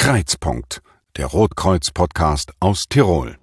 Kreizpunkt, der Rotkreuz-Podcast aus Tirol.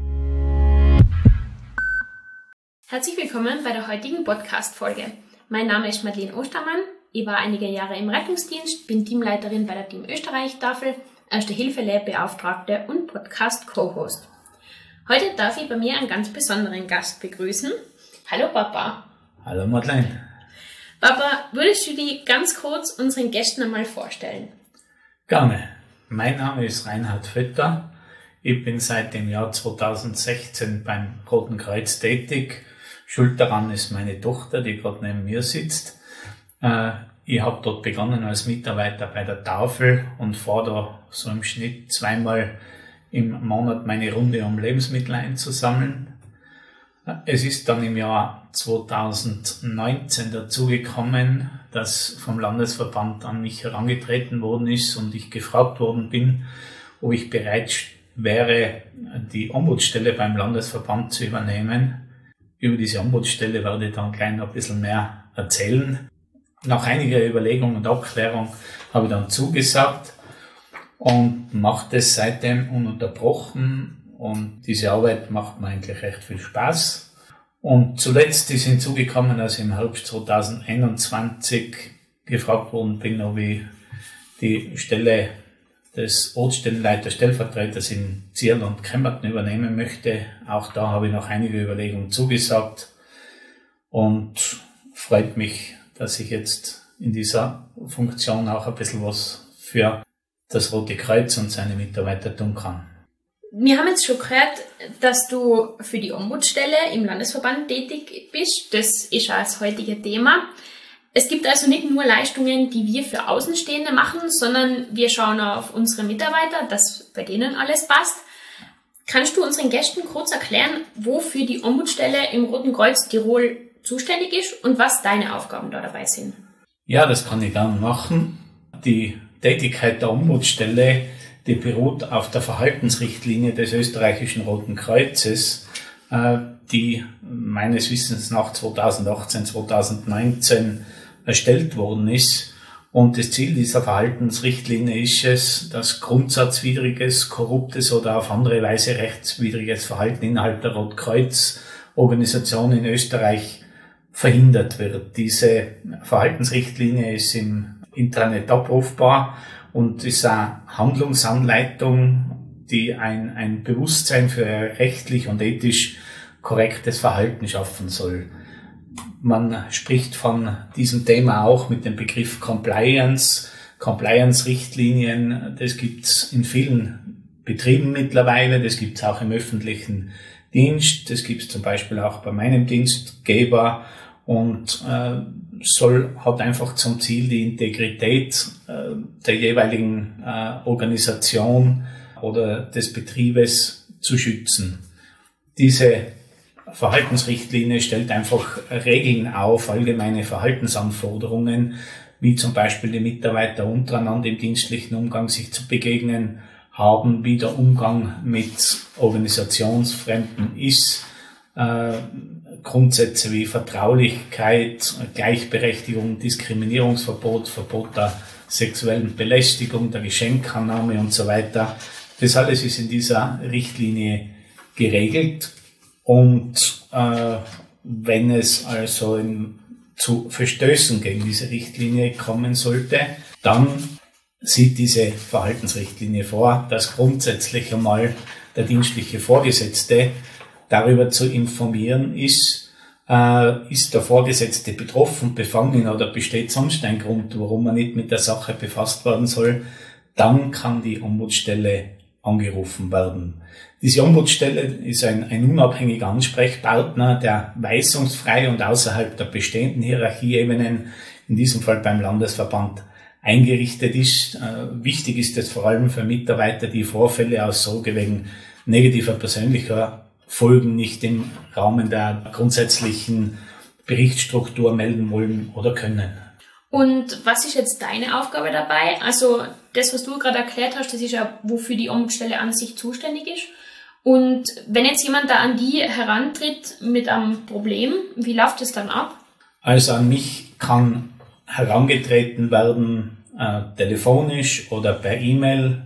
Herzlich willkommen bei der heutigen Podcast-Folge. Mein Name ist Madeleine Ostermann. Ich war einige Jahre im Rettungsdienst, bin Teamleiterin bei der Team Österreich-Tafel, Erste-Hilfe-Lehrbeauftragte und Podcast-Co-Host. Heute darf ich bei mir einen ganz besonderen Gast begrüßen. Hallo Papa. Hallo Madeleine. Papa, würdest du dich ganz kurz unseren Gästen einmal vorstellen? Gerne. Mein Name ist Reinhard Vetter. Ich bin seit dem Jahr 2016 beim Roten Kreuz tätig. Schuld daran ist meine Tochter, die gerade neben mir sitzt. Ich habe dort begonnen als Mitarbeiter bei der Tafel und fahre da so im Schnitt zweimal im Monat meine Runde, um Lebensmittel einzusammeln. Es ist dann im Jahr 2019 dazu gekommen, dass vom Landesverband an mich herangetreten worden ist und ich gefragt worden bin, ob ich bereit wäre, die Ombudsstelle beim Landesverband zu übernehmen. Über diese Ombudsstelle werde ich dann gleich noch ein bisschen mehr erzählen. Nach einiger Überlegung und Abklärung habe ich dann zugesagt und mache das seitdem ununterbrochen. Und diese Arbeit macht mir eigentlich recht viel Spaß. Und zuletzt ist hinzugekommen, als ich im Herbst 2021 gefragt worden bin, ob ich die Stelle des Ortsstellenleiter Stellvertreters in Zierl und Kemmerton übernehmen möchte. Auch da habe ich nach einiger Überlegung zugesagt und freut mich, dass ich jetzt in dieser Funktion auch ein bisschen was für das Rote Kreuz und seine Mitarbeiter tun kann. Wir haben jetzt schon gehört, dass du für die Ombudsstelle im Landesverband tätig bist. Das ist auch das heutige Thema. Es gibt also nicht nur Leistungen, die wir für Außenstehende machen, sondern wir schauen auch auf unsere Mitarbeiter, dass bei denen alles passt. Kannst du unseren Gästen kurz erklären, wofür die Ombudsstelle im Roten Kreuz Tirol zuständig ist und was deine Aufgaben da dabei sind? Ja, das kann ich gerne machen. Die Tätigkeit der Ombudsstelle, die beruht auf der Verhaltensrichtlinie des österreichischen Roten Kreuzes, die meines Wissens nach 2018, 2019 erstellt worden ist. Und das Ziel dieser Verhaltensrichtlinie ist es, dass grundsatzwidriges, korruptes oder auf andere Weise rechtswidriges Verhalten innerhalb der Rotkreuz-Organisation in Österreich verhindert wird. Diese Verhaltensrichtlinie ist im Intranet abrufbar und ist eine Handlungsanleitung, die ein Bewusstsein für rechtlich und ethisch korrektes Verhalten schaffen soll. Man spricht von diesem Thema auch mit dem Begriff Compliance, Compliance-Richtlinien. Das gibt's in vielen Betrieben mittlerweile, das gibt's auch im öffentlichen Dienst, das gibt's zum Beispiel auch bei meinem Dienstgeber und hat einfach zum Ziel, die Integrität der jeweiligen Organisation oder des Betriebes zu schützen. Diese Verhaltensrichtlinie stellt einfach Regeln auf, allgemeine Verhaltensanforderungen, wie zum Beispiel die Mitarbeiter untereinander im dienstlichen Umgang sich zu begegnen haben, wie der Umgang mit Organisationsfremden ist, Grundsätze wie Vertraulichkeit, Gleichberechtigung, Diskriminierungsverbot, Verbot der sexuellen Belästigung, der Geschenkannahme und so weiter. Das alles ist in dieser Richtlinie geregelt. Und wenn es also zu Verstößen gegen diese Richtlinie kommen sollte, dann sieht diese Verhaltensrichtlinie vor, dass grundsätzlich einmal der dienstliche Vorgesetzte darüber zu informieren ist der Vorgesetzte betroffen, befangen oder besteht sonst ein Grund, warum man nicht mit der Sache befasst werden soll, dann kann die Ombudsstelle angerufen werden. Diese Ombudsstelle ist ein unabhängiger Ansprechpartner, der weisungsfrei und außerhalb der bestehenden Hierarchieebenen, in diesem Fall beim Landesverband, eingerichtet ist. Wichtig ist es vor allem für Mitarbeiter, die Vorfälle aus Sorge wegen negativer persönlicher Folgen nicht im Rahmen der grundsätzlichen Berichtsstruktur melden wollen oder können. Und was ist jetzt deine Aufgabe dabei? Also das, was du gerade erklärt hast, das ist ja, wofür die Ombudsstelle an sich zuständig ist. Und wenn jetzt jemand da an die herantritt mit einem Problem, wie läuft es dann ab? Also an mich kann herangetreten werden telefonisch oder per E-Mail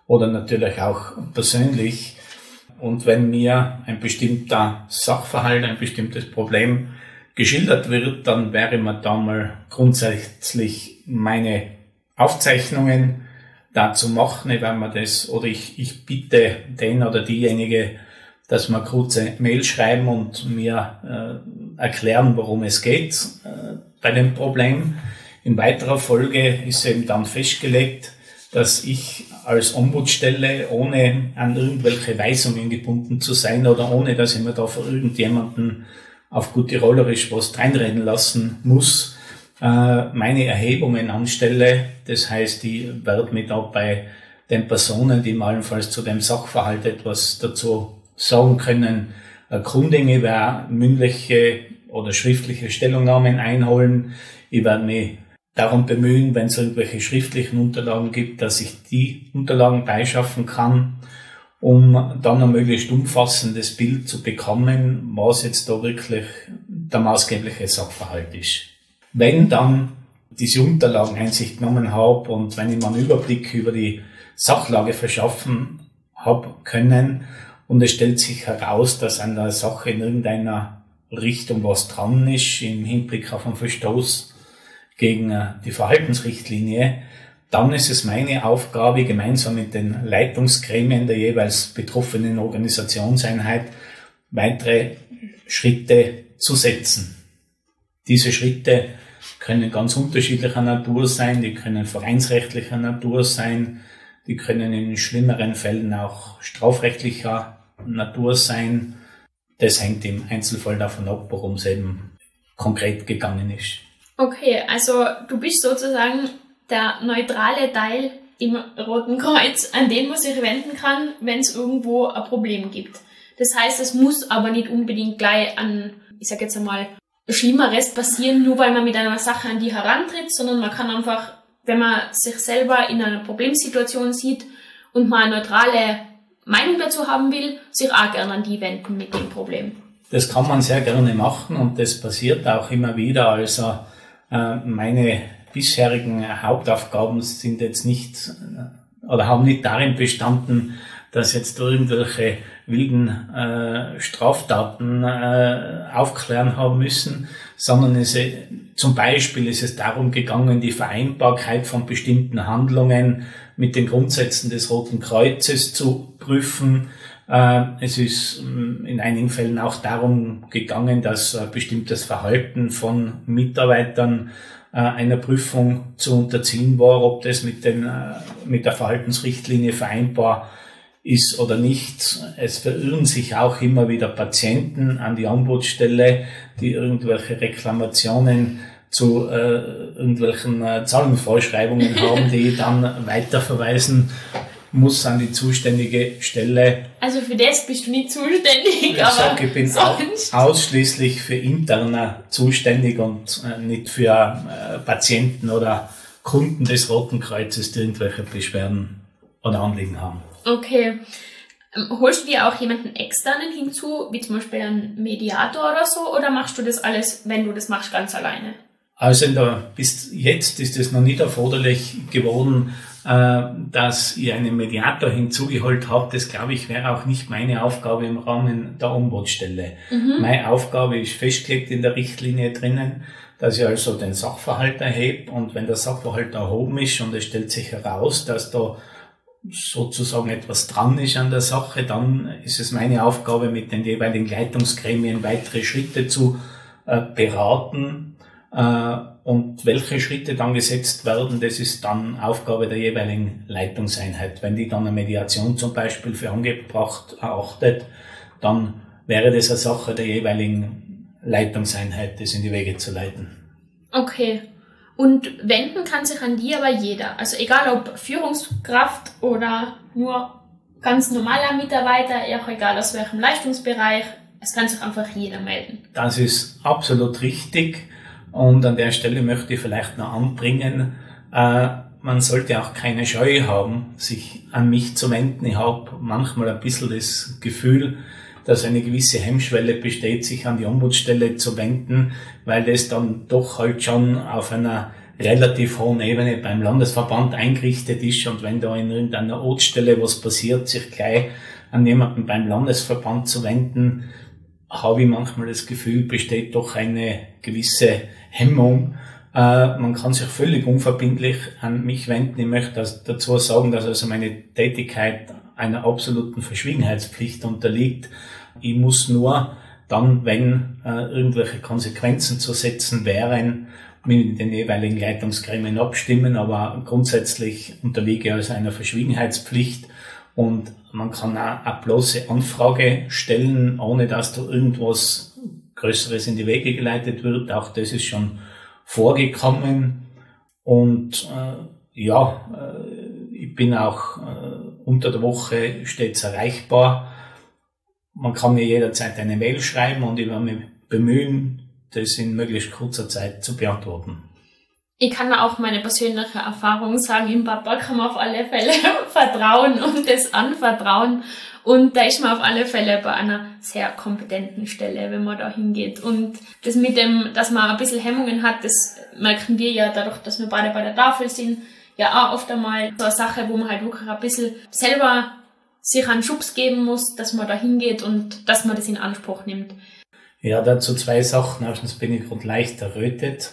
oder natürlich auch persönlich. Und wenn mir ein bestimmter Sachverhalt, ein bestimmtes Problem geschildert wird, dann wäre mir da mal grundsätzlich meine Aufzeichnungen dazu machen. Ich werde mir das, oder ich bitte den oder diejenige, dass wir kurze Mail schreiben und mir erklären, worum es geht bei dem Problem. In weiterer Folge ist eben dann festgelegt, dass ich als Ombudsstelle, ohne an irgendwelche Weisungen gebunden zu sein oder ohne, dass ich mir da für irgendjemanden auf gut Tirolerisch was reinreden lassen muss, meine Erhebungen anstelle. Das heißt, ich werde mich da bei den Personen, die mal allenfalls zu dem Sachverhalt etwas dazu sagen können, erkundigen. Ich werde mündliche oder schriftliche Stellungnahmen einholen. Ich werde mich darum bemühen, wenn es irgendwelche schriftlichen Unterlagen gibt, dass ich die Unterlagen beischaffen kann, um dann ein möglichst umfassendes Bild zu bekommen, was jetzt da wirklich der maßgebliche Sachverhalt ist. Wenn dann diese Unterlagen Einsicht genommen habe und wenn ich mir einen Überblick über die Sachlage verschaffen habe können und es stellt sich heraus, dass an der Sache in irgendeiner Richtung was dran ist, im Hinblick auf einen Verstoß gegen die Verhaltensrichtlinie, dann ist es meine Aufgabe, gemeinsam mit den Leitungsgremien der jeweils betroffenen Organisationseinheit weitere Schritte zu setzen. Diese Schritte können ganz unterschiedlicher Natur sein, die können vereinsrechtlicher Natur sein, die können in schlimmeren Fällen auch strafrechtlicher Natur sein. Das hängt im Einzelfall davon ab, worum es eben konkret gegangen ist. Okay, also du bist sozusagen der neutrale Teil im Roten Kreuz, an den man sich wenden kann, wenn es irgendwo ein Problem gibt. Das heißt, es muss aber nicht unbedingt gleich an, ich sag jetzt einmal, Schlimmeres passieren, nur weil man mit einer Sache an die herantritt, sondern man kann einfach, wenn man sich selber in einer Problemsituation sieht und mal eine neutrale Meinung dazu haben will, sich auch gerne an die wenden mit dem Problem. Das kann man sehr gerne machen und das passiert auch immer wieder. Also meine bisherigen Hauptaufgaben sind jetzt nicht oder haben nicht darin bestanden, dass jetzt irgendwelche wilden Straftaten aufklären haben müssen, sondern zum Beispiel ist es darum gegangen, die Vereinbarkeit von bestimmten Handlungen mit den Grundsätzen des Roten Kreuzes zu prüfen. Es ist in einigen Fällen auch darum gegangen, dass bestimmtes Verhalten von Mitarbeitern einer Prüfung zu unterziehen war, ob das mit der Verhaltensrichtlinie vereinbar ist oder nicht. Es verirren sich auch immer wieder Patienten an die Ombudsstelle, die irgendwelche Reklamationen zu irgendwelchen Zahlungsvorschreibungen haben, die dann weiterverweisen muss an die zuständige Stelle. Also für das bist du nicht zuständig, aber ich bin ausschließlich für interner zuständig und nicht für Patienten oder Kunden des Roten Kreuzes, die irgendwelche Beschwerden oder Anliegen haben. Okay. Holst du dir auch jemanden externen hinzu, wie zum Beispiel einen Mediator oder so, oder machst du das alles, wenn du das machst, ganz alleine? Also bis jetzt ist es noch nicht erforderlich geworden, dass ich einen Mediator hinzugeholt habe. Das, glaube ich, wäre auch nicht meine Aufgabe im Rahmen der Ombudsstelle. Meine Aufgabe ist festgelegt in der Richtlinie drinnen, dass ich also den Sachverhalt erhebe und wenn der Sachverhalt erhoben ist und es stellt sich heraus, dass da sozusagen etwas dran ist an der Sache, dann ist es meine Aufgabe, mit den jeweiligen Leitungsgremien weitere Schritte zu beraten. Und welche Schritte dann gesetzt werden, das ist dann Aufgabe der jeweiligen Leitungseinheit. Wenn die dann eine Mediation zum Beispiel für angebracht erachtet, dann wäre das eine Sache der jeweiligen Leitungseinheit, das in die Wege zu leiten. Okay. Und wenden kann sich an die aber jeder. Also egal ob Führungskraft oder nur ganz normaler Mitarbeiter, auch egal aus welchem Leistungsbereich, es kann sich einfach jeder melden. Das ist absolut richtig. Und an der Stelle möchte ich vielleicht noch anbringen, man sollte auch keine Scheu haben, sich an mich zu wenden. Ich habe manchmal ein bisschen das Gefühl, dass eine gewisse Hemmschwelle besteht, sich an die Ombudsstelle zu wenden, weil das dann doch halt schon auf einer relativ hohen Ebene beim Landesverband eingerichtet ist und wenn da in irgendeiner Ortsstelle was passiert, sich gleich an jemanden beim Landesverband zu wenden, habe ich manchmal das Gefühl, besteht doch eine gewisse Hemmung. Man kann sich völlig unverbindlich an mich wenden. Ich möchte dazu sagen, dass also meine Tätigkeit einer absoluten Verschwiegenheitspflicht unterliegt. Ich muss nur dann, wenn irgendwelche Konsequenzen zu setzen wären, mit den jeweiligen Leitungsgremien abstimmen, aber grundsätzlich unterliege ich also einer Verschwiegenheitspflicht und man kann auch eine bloße Anfrage stellen, ohne dass da irgendwas Größeres in die Wege geleitet wird. Auch das ist schon vorgekommen und ich bin auch unter der Woche stets erreichbar. Man kann mir jederzeit eine Mail schreiben und ich werde mich bemühen, das in möglichst kurzer Zeit zu beantworten. Ich kann auch meine persönliche Erfahrung sagen, im Papa kann man auf alle Fälle vertrauen und das anvertrauen. Und da ist man auf alle Fälle bei einer sehr kompetenten Stelle, wenn man da hingeht. Und das mit dem, dass man ein bisschen Hemmungen hat, das merken wir ja dadurch, dass wir beide bei der Tafel sind, ja auch oft einmal so eine Sache, wo man halt wirklich ein bisschen selber sich einen Schubs geben muss, dass man da hingeht und dass man das in Anspruch nimmt. Ja, dazu zwei Sachen. Erstens bin ich gerade leicht errötet.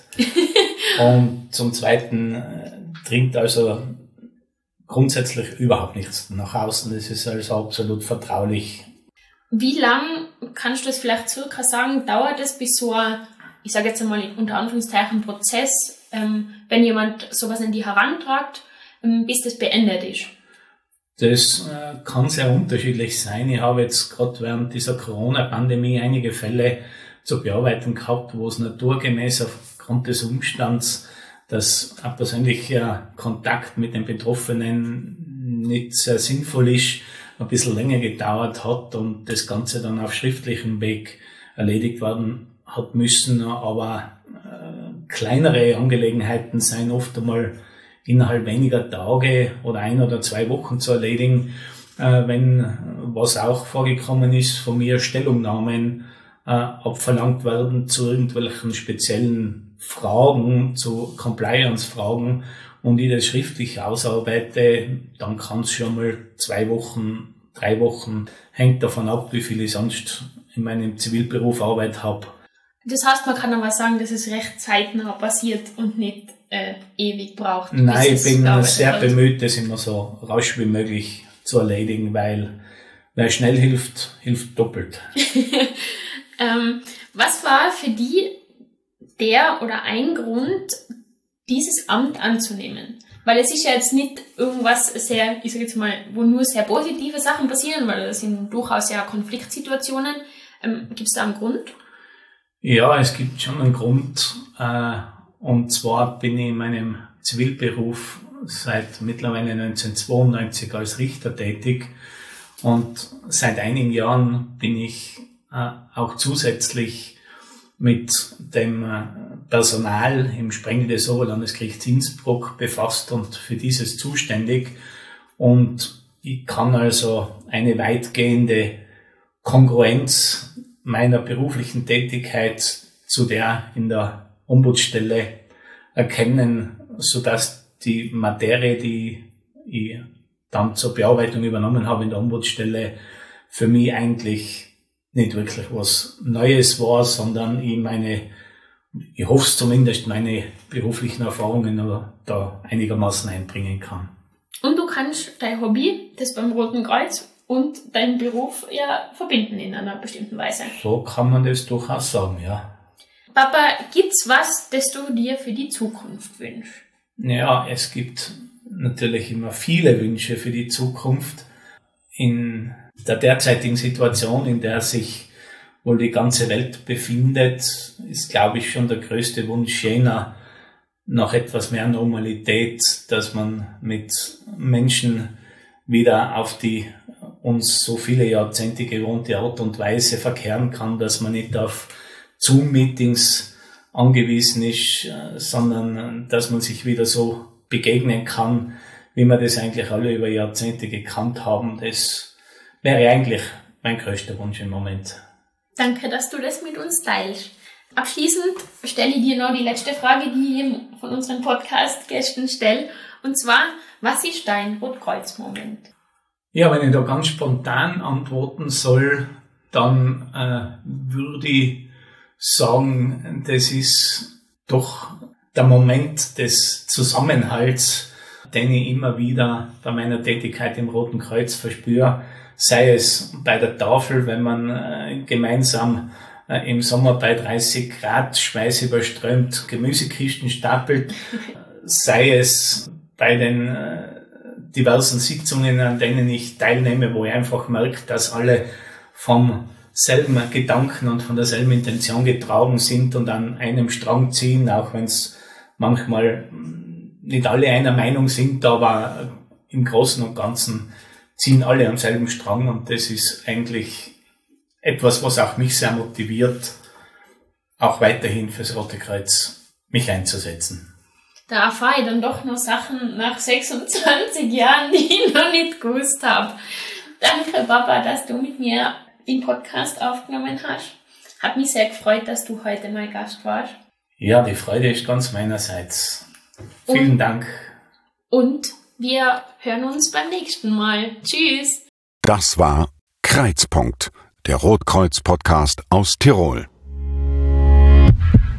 Und zum Zweiten dringt also grundsätzlich überhaupt nichts nach außen. Das ist also absolut vertraulich. Wie lang, kannst du das vielleicht circa sagen, dauert es bis so ein, ich sage jetzt einmal unter Anführungszeichen, Prozess, wenn jemand sowas an die herantragt, bis das beendet ist? Das kann sehr unterschiedlich sein. Ich habe jetzt gerade während dieser Corona-Pandemie einige Fälle zur Bearbeitung gehabt, wo es naturgemäß aufgrund des Umstands, dass ein persönlicher Kontakt mit den Betroffenen nicht sehr sinnvoll ist, ein bisschen länger gedauert hat und das Ganze dann auf schriftlichem Weg erledigt werden hat müssen. Aber kleinere Angelegenheiten seien oft einmal innerhalb weniger Tage oder 1 oder 2 Wochen zu erledigen. Wenn, was auch vorgekommen ist, von mir Stellungnahmen abverlangt werden zu irgendwelchen speziellen Fragen, zu Compliance-Fragen und ich das schriftlich ausarbeite, dann kann es schon mal 2 Wochen, 3 Wochen, hängt davon ab, wie viel ich sonst in meinem Zivilberuf Arbeit habe. Das heißt, man kann aber sagen, dass es recht zeitnah passiert und nicht ewig braucht. Nein, ich bin sehr bemüht, das immer so rasch wie möglich zu erledigen, weil wer schnell hilft, hilft doppelt. Was war für die der oder ein Grund, dieses Amt anzunehmen? Weil es ist ja jetzt nicht irgendwas sehr, ich sage jetzt mal, wo nur sehr positive Sachen passieren, weil das sind durchaus ja Konfliktsituationen. Gibt es da einen Grund? Ja, es gibt schon einen Grund. Und zwar bin ich in meinem Zivilberuf seit mittlerweile 1992 als Richter tätig. Und seit einigen Jahren bin ich auch zusätzlich mit dem Personal im Sprengel des Oberlandesgerichts Innsbruck befasst und für dieses zuständig. Und ich kann also eine weitgehende Kongruenz meiner beruflichen Tätigkeit zu der in der Ombudsstelle erkennen, sodass die Materie, die ich dann zur Bearbeitung übernommen habe in der Ombudsstelle, für mich eigentlich nicht wirklich was Neues war, sondern ich hoffe es zumindest, meine beruflichen Erfahrungen da einigermaßen einbringen kann. Und du kannst dein Hobby, das beim Roten Kreuz, und deinen Beruf ja verbinden in einer bestimmten Weise. So kann man das durchaus sagen, ja. Papa, gibt's was, das du dir für die Zukunft wünschst? Ja, es gibt natürlich immer viele Wünsche für die Zukunft. In der derzeitigen Situation, in der sich wohl die ganze Welt befindet, ist, glaube ich, schon der größte Wunsch jener nach etwas mehr Normalität, dass man mit Menschen wieder auf die uns so viele Jahrzehnte gewohnte Art und Weise verkehren kann, dass man nicht auf Zoom-Meetings angewiesen ist, sondern dass man sich wieder so begegnen kann, wie wir das eigentlich alle über Jahrzehnte gekannt haben. Das wäre eigentlich mein größter Wunsch im Moment. Danke, dass du das mit uns teilst. Abschließend stelle ich dir noch die letzte Frage, die ich von unseren Podcast-Gästen stelle. Und zwar, was ist dein Rotkreuz-Moment? Ja, wenn ich da ganz spontan antworten soll, dann würde ich sagen, das ist doch der Moment des Zusammenhalts, den ich immer wieder bei meiner Tätigkeit im Roten Kreuz verspüre. Sei es bei der Tafel, wenn man gemeinsam im Sommer bei 30 Grad schweißüberströmt Gemüsekisten stapelt, sei es bei den diversen Sitzungen, an denen ich teilnehme, wo ich einfach merke, dass alle vom selben Gedanken und von derselben Intention getragen sind und an einem Strang ziehen, auch wenn es manchmal nicht alle einer Meinung sind, aber im Großen und Ganzen ziehen alle am selben Strang, und das ist eigentlich etwas, was auch mich sehr motiviert, auch weiterhin fürs Rote Kreuz mich einzusetzen. Da erfahre ich dann doch noch Sachen nach 26 Jahren, die ich noch nicht gewusst habe. Danke, Papa, dass du mit mir den Podcast aufgenommen hast. Hat mich sehr gefreut, dass du heute mein Gast warst. Ja, die Freude ist ganz meinerseits. Vielen Dank. Und wir hören uns beim nächsten Mal. Tschüss. Das war Kreuzpunkt, der Rotkreuz-Podcast aus Tirol.